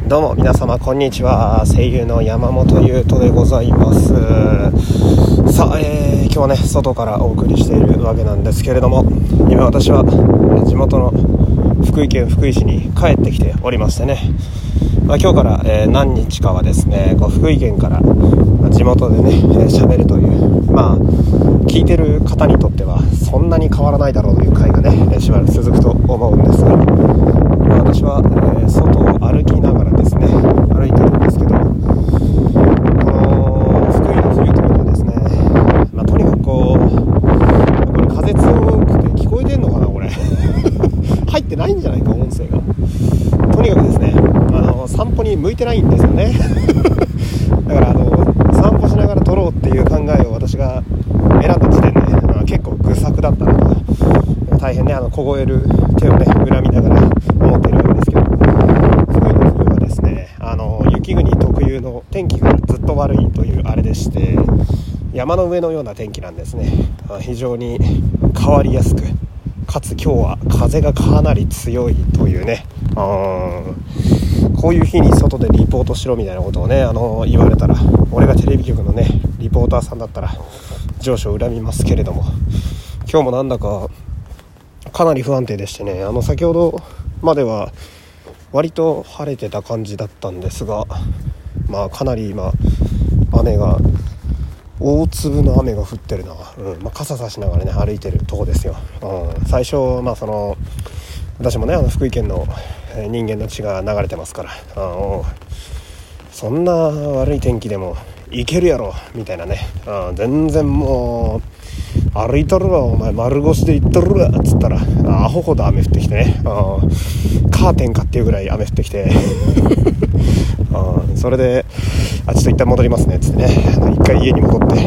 どうも皆様こんにちは。声優の山本優斗でございます。さあ、今日はね外からお送りしているわけなんですけれども、今私は地元の福井県福井市に帰ってきておりましてね、今日から、何日かはですねこう福井県から地元でね喋るという、聞いてる方にとってはそんなに変わらないだろうという回がねしばらく続くと思うんですが、今私は、外を歩きながらですね歩いてるんですけど、この福井の冬というのはですね、とにかくこれ風強くて聞こえてんのかなこれ入ってないんじゃないか音声が。とにかくですね散歩に向いてないんですよねだから散歩しながら撮ろうっていう考えを私が選んだ時点で、結構愚策だったなと大変ね凍える手をね恨みながら思っているわけですけど、福井の冬はですね雪国特有の天気がずっと悪いというあれでして、山の上のような天気なんですね。非常に変わりやすく、かつ今日は風がかなり強いというね、こういう日に外でリポートしろみたいなことをね言われたら、俺がテレビ局のねリポーターさんだったら上司を恨みますけれども、今日もなんだかかなり不安定でしてね、先ほどまでは割と晴れてた感じだったんですが、かなり今雨が大粒の雨が降ってるな、傘差しながらね歩いてるとこですよ。最初私もね福井県の人間の血が流れてますから、そんな悪い天気でもいけるやろみたいなね、全然もう歩いとるわお前丸腰で行っとるわっつったらアホほど雨降ってきてね、カーテンかっていうぐらい雨降ってきてそれでちょっと一旦戻りますねっつってね一回家に戻って、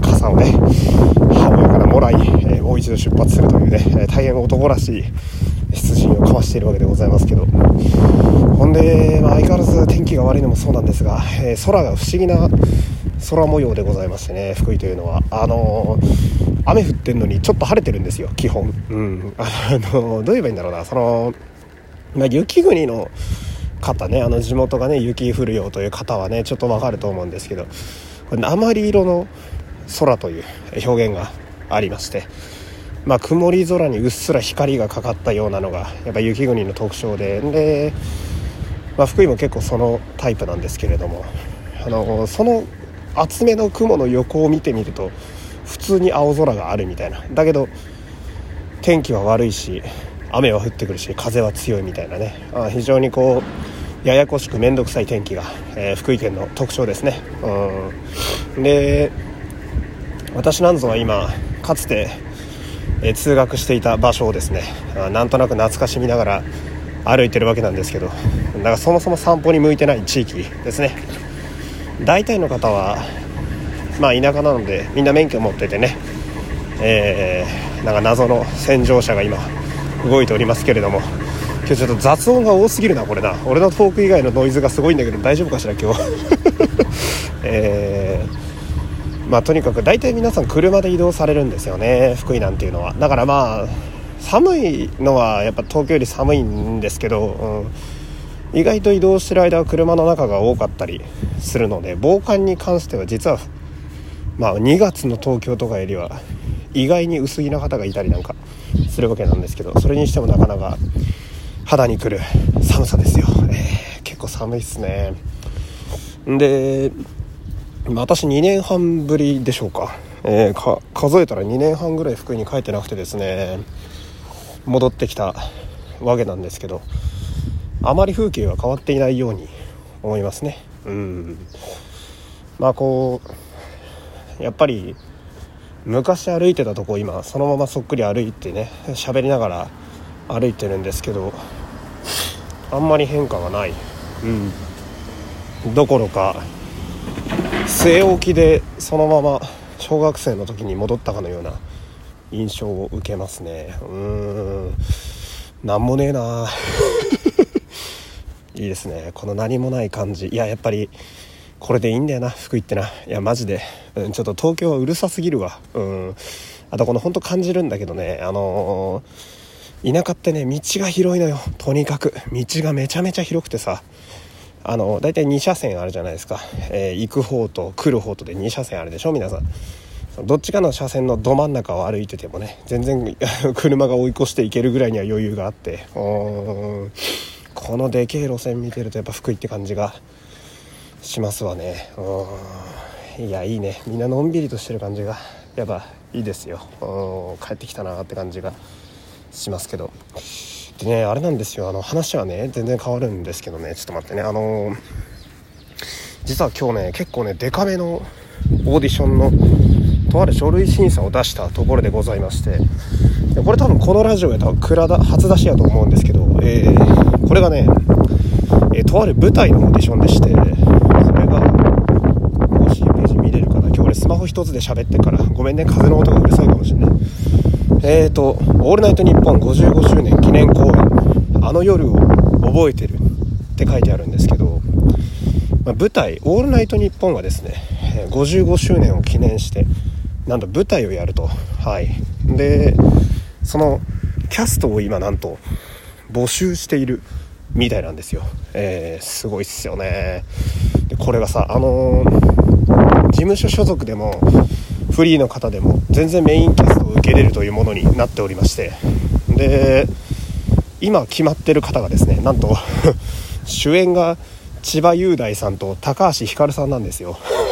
傘をね母親からもらい、もう一度出発するというね、大変男らしい出陣を交わしているわけでございますけど、ほんで、相変わらず天気が悪いのもそうなんですが、空が不思議な空模様でございましてね、福井というのは雨降ってんのにちょっと晴れてるんですよ基本。どう言えばいいんだろうな、雪国の方ね、地元がね雪降るよという方はねちょっとわかると思うんですけど、これ鉛色の空という表現がありまして、曇り空にうっすら光がかかったようなのがやっぱ雪国の特徴で、福井も結構そのタイプなんですけれども、その厚めの雲の横を見てみると普通に青空があるみたいな、だけど天気は悪いし雨は降ってくるし風は強いみたいなね、非常にこうややこしくめんどくさい天気が、福井県の特徴ですね。で私なんぞは今かつて通学していた場所をですねなんとなく懐かしみながら歩いてるわけなんですけど、だからそもそも散歩に向いてない地域ですね。大体の方は田舎なのでみんな免許持っててね、なんか謎の洗浄車が今動いておりますけれども、今日ちょっと雑音が多すぎるなこれな。俺のトーク以外のノイズがすごいんだけど大丈夫かしら今日とにかく大体皆さん車で移動されるんですよね福井なんていうのは。だから寒いのはやっぱ東京より寒いんですけど、意外と移動してる間は車の中が多かったりするので、防寒に関しては実は2月の東京とかよりは意外に薄着な方がいたりなんかするわけなんですけど、それにしてもなかなか肌にくる寒さですよ。結構寒いっすね。で私2年半ぶりでしょうか、数えたら2年半ぐらい福井に帰ってなくてですね、戻ってきたわけなんですけど、あまり風景は変わっていないように思いますね。やっぱり昔歩いてたとこ今そのままそっくり歩いてね喋りながら歩いてるんですけど、あんまり変化がない、どころか据え置きでそのまま小学生の時に戻ったかのような印象を受けますね。なんもねえないいですねこの何もない感じ。やっぱりこれでいいんだよな福井ってな。マジで、ちょっと東京はうるさすぎるわ。あと本当感じるんだけどね、田舎ってね道が広いのよ。とにかく道がめちゃめちゃ広くてさ、 だいたい2車線あるじゃないですか、行く方と来る方とで2車線あるでしょ皆さん。どっちかの車線のど真ん中を歩いててもね、全然車が追い越していけるぐらいには余裕があって、このでけえ路線見てるとやっぱ福井って感じがしますわね。いやいいね、みんなのんびりとしてる感じがやっぱいいですよ。帰ってきたなって感じがしますけど、でね、あれなんですよ、話はね全然変わるんですけどね、ちょっと待ってね、実は今日ね結構ねデカめのオーディションのとある書類審査を出したところでございまして、でこれ多分このラジオやったら初出しやと思うんですけど、これがね、とある舞台のオーディションでして、それが公式ページ見れるかな。今日俺スマホ一つで喋ってるからごめんね、風の音がうるさいかもしれない。オールナイトニッポン55周年記念公演、あの夜を覚えてるって書いてあるんですけど、舞台オールナイトニッポンがですね55周年を記念してなんと舞台をやると。でそのキャストを今なんと募集しているみたいなんですよ。すごいっすよね。でこれがさ、事務所所属でもフリーの方でも全然メインキャストを受けれるというものになっておりまして、で今決まってる方がですね、なんと主演が千葉雄大さんと高橋ひかるさんなんですよ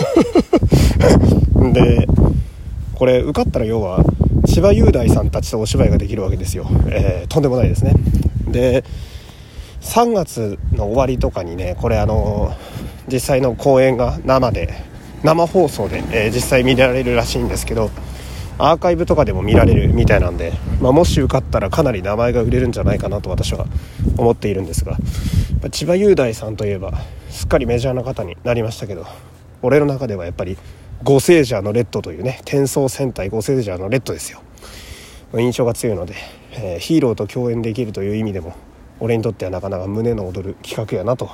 でこれ受かったら要は千葉雄大さんたちとお芝居ができるわけですよ。とんでもないですね。で3月の終わりとかにね、これ実際の公演が生放送で、実際見られるらしいんですけど、アーカイブとかでも見られるみたいなんで、もし受かったらかなり名前が売れるんじゃないかなと私は思っているんですが、千葉雄大さんといえばすっかりメジャーな方になりましたけど、俺の中ではやっぱりゴセージャーのレッドというね、転送戦隊ゴセージャーのレッドですよ。印象が強いので、ヒーローと共演できるという意味でも俺にとってはなかなか胸の躍る企画やなと。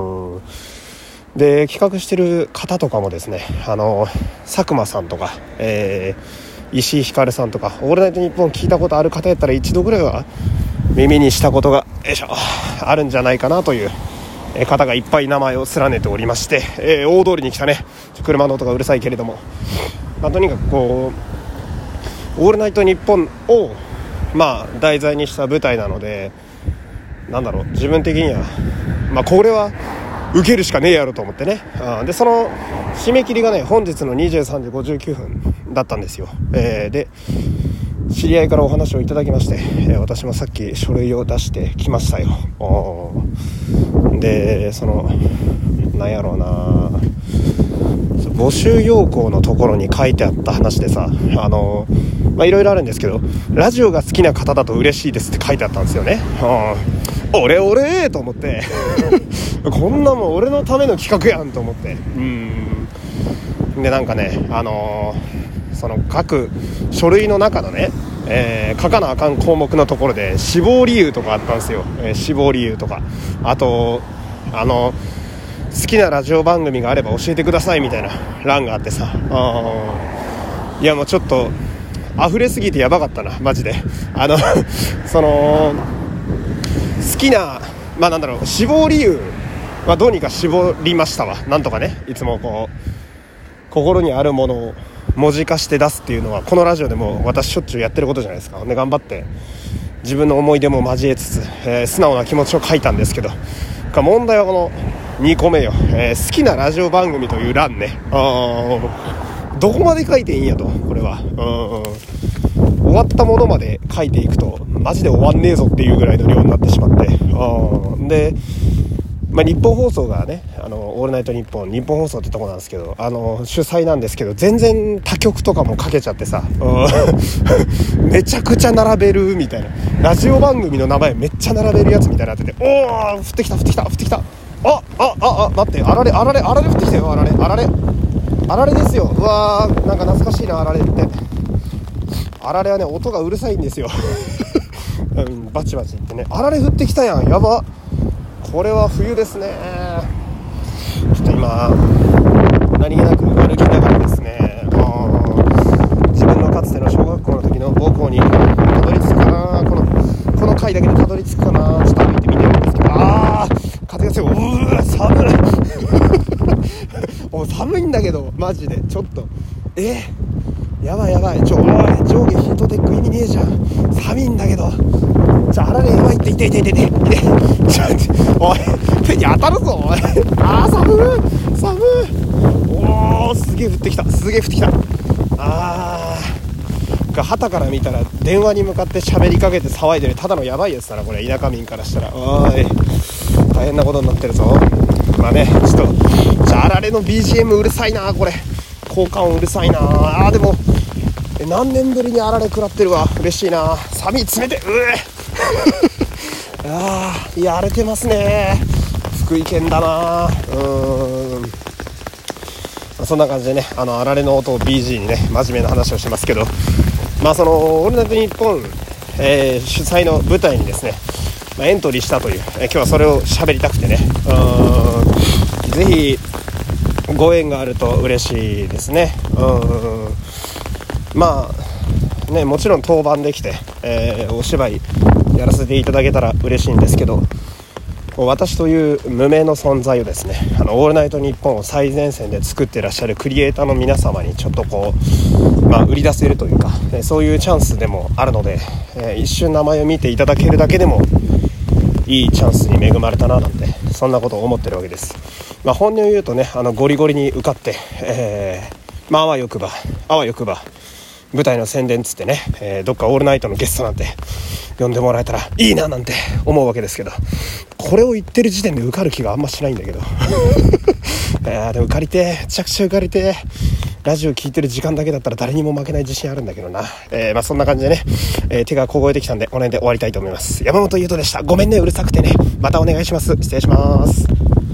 で企画してる方とかもですね、佐久間さんとか、石井ひかるさんとか、オールナイトニッポン聞いたことある方やったら一度ぐらいは耳にしたことがあるんじゃないかなという方がいっぱい名前を連ねておりまして、大通りに来たね、車の音がうるさいけれども、とにかくこうオールナイトニッポンを題材にした舞台なので、自分的にはこれは受けるしかねえやろと思ってね。でその締め切りがね本日の23時59分だったんですよ。で知り合いからお話をいただきまして、私もさっき書類を出してきましたよ。でなんやろうな、募集要項のところに書いてあった話でさ、いろいろあるんですけど、ラジオが好きな方だと嬉しいですって書いてあったんですよね。俺と思ってこんなもん俺のための企画やんと思って、でなんかね、その各書類の中のね、書かなあかん項目のところで死亡理由とかあったんですよ。死亡理由とか、あと好きなラジオ番組があれば教えてくださいみたいな欄があってさ、いやもうちょっと溢れすぎてやばかったなマジで。その好きな死亡理由はどうにか絞りましたわ。なんとかね、いつもこう心にあるものを文字化して出すっていうのはこのラジオでも私しょっちゅうやってることじゃないですか。で頑張って自分の思い出も交えつつ、素直な気持ちを書いたんですけど、問題はこの2個目よ、好きなラジオ番組という欄ね。どこまで書いていいんやと、これは終わったものまで書いていくとマジで終わんねえぞっていうぐらいの量になってしまって、で、日本放送がね、オールナイトニッポン日本放送ってとこなんですけど、主催なんですけど、全然他局とかもかけちゃってさ、めちゃくちゃ並べるみたいな、ラジオ番組の名前めっちゃ並べるやつみたいになってて、降ってきた待って、あられ降ってきたよ。あられですよ。うわー、なんか懐かしいな、あられって。あられはね音がうるさいんですよバチバチってね、あられ降ってきたやん、やば。これは冬ですね。ちょっと今何気なく歩きながらですね、自分のかつての小学校の時の母校にたどり着くかな、この階だけでたどり着くかな、ちょっと歩いてみてるんですけど、風が強い、寒い寒いんだけどマジでちょっとやばいおい上下ヒートテック意味ねえじゃん。寒いんだけどあられやばいって痛いおい手に当たるぞおい。寒い。おーすげえ降ってきた旗から見たら電話に向かって喋りかけて騒いでるただのやばいやつだなこれ。田舎民からしたらおい大変なことになってるぞ。まあねちょっとあられの BGM うるさいなこれ。効果音うるさいな。でも何年ぶりにあられ食らってるわ。嬉しいな。寒い冷てやれてますね福井県だな。そんな感じでねあられの音を BG にね真面目な話をしてますけど、そのオールナイトニッポン、主催の舞台にですね、エントリーしたという、今日はそれを喋りたくてねぜひご縁があると嬉しいですね。もちろん当番できて、お芝居やらせていただけたら嬉しいんですけど、私という無名の存在をですねオールナイトニッポンを最前線で作っていらっしゃるクリエイターの皆様にちょっと売り出せるというか、そういうチャンスでもあるので、一瞬名前を見ていただけるだけでもいいチャンスに恵まれたななんてそんなことを思ってるわけです。本音を言うとねゴリゴリに受かって、あわよくば舞台の宣伝つってね、どっかオールナイトのゲストなんて呼んでもらえたらいいななんて思うわけですけど、これを言ってる時点で受かる気があんましないんだけどでも受かりてめちゃくちゃ受かりてラジオ聞いてる時間だけだったら誰にも負けない自信あるんだけどな。そんな感じでね、手が凍えてきたんでこの辺で終わりたいと思います。山本優斗でした。ごめんねうるさくてね。またお願いします。失礼します。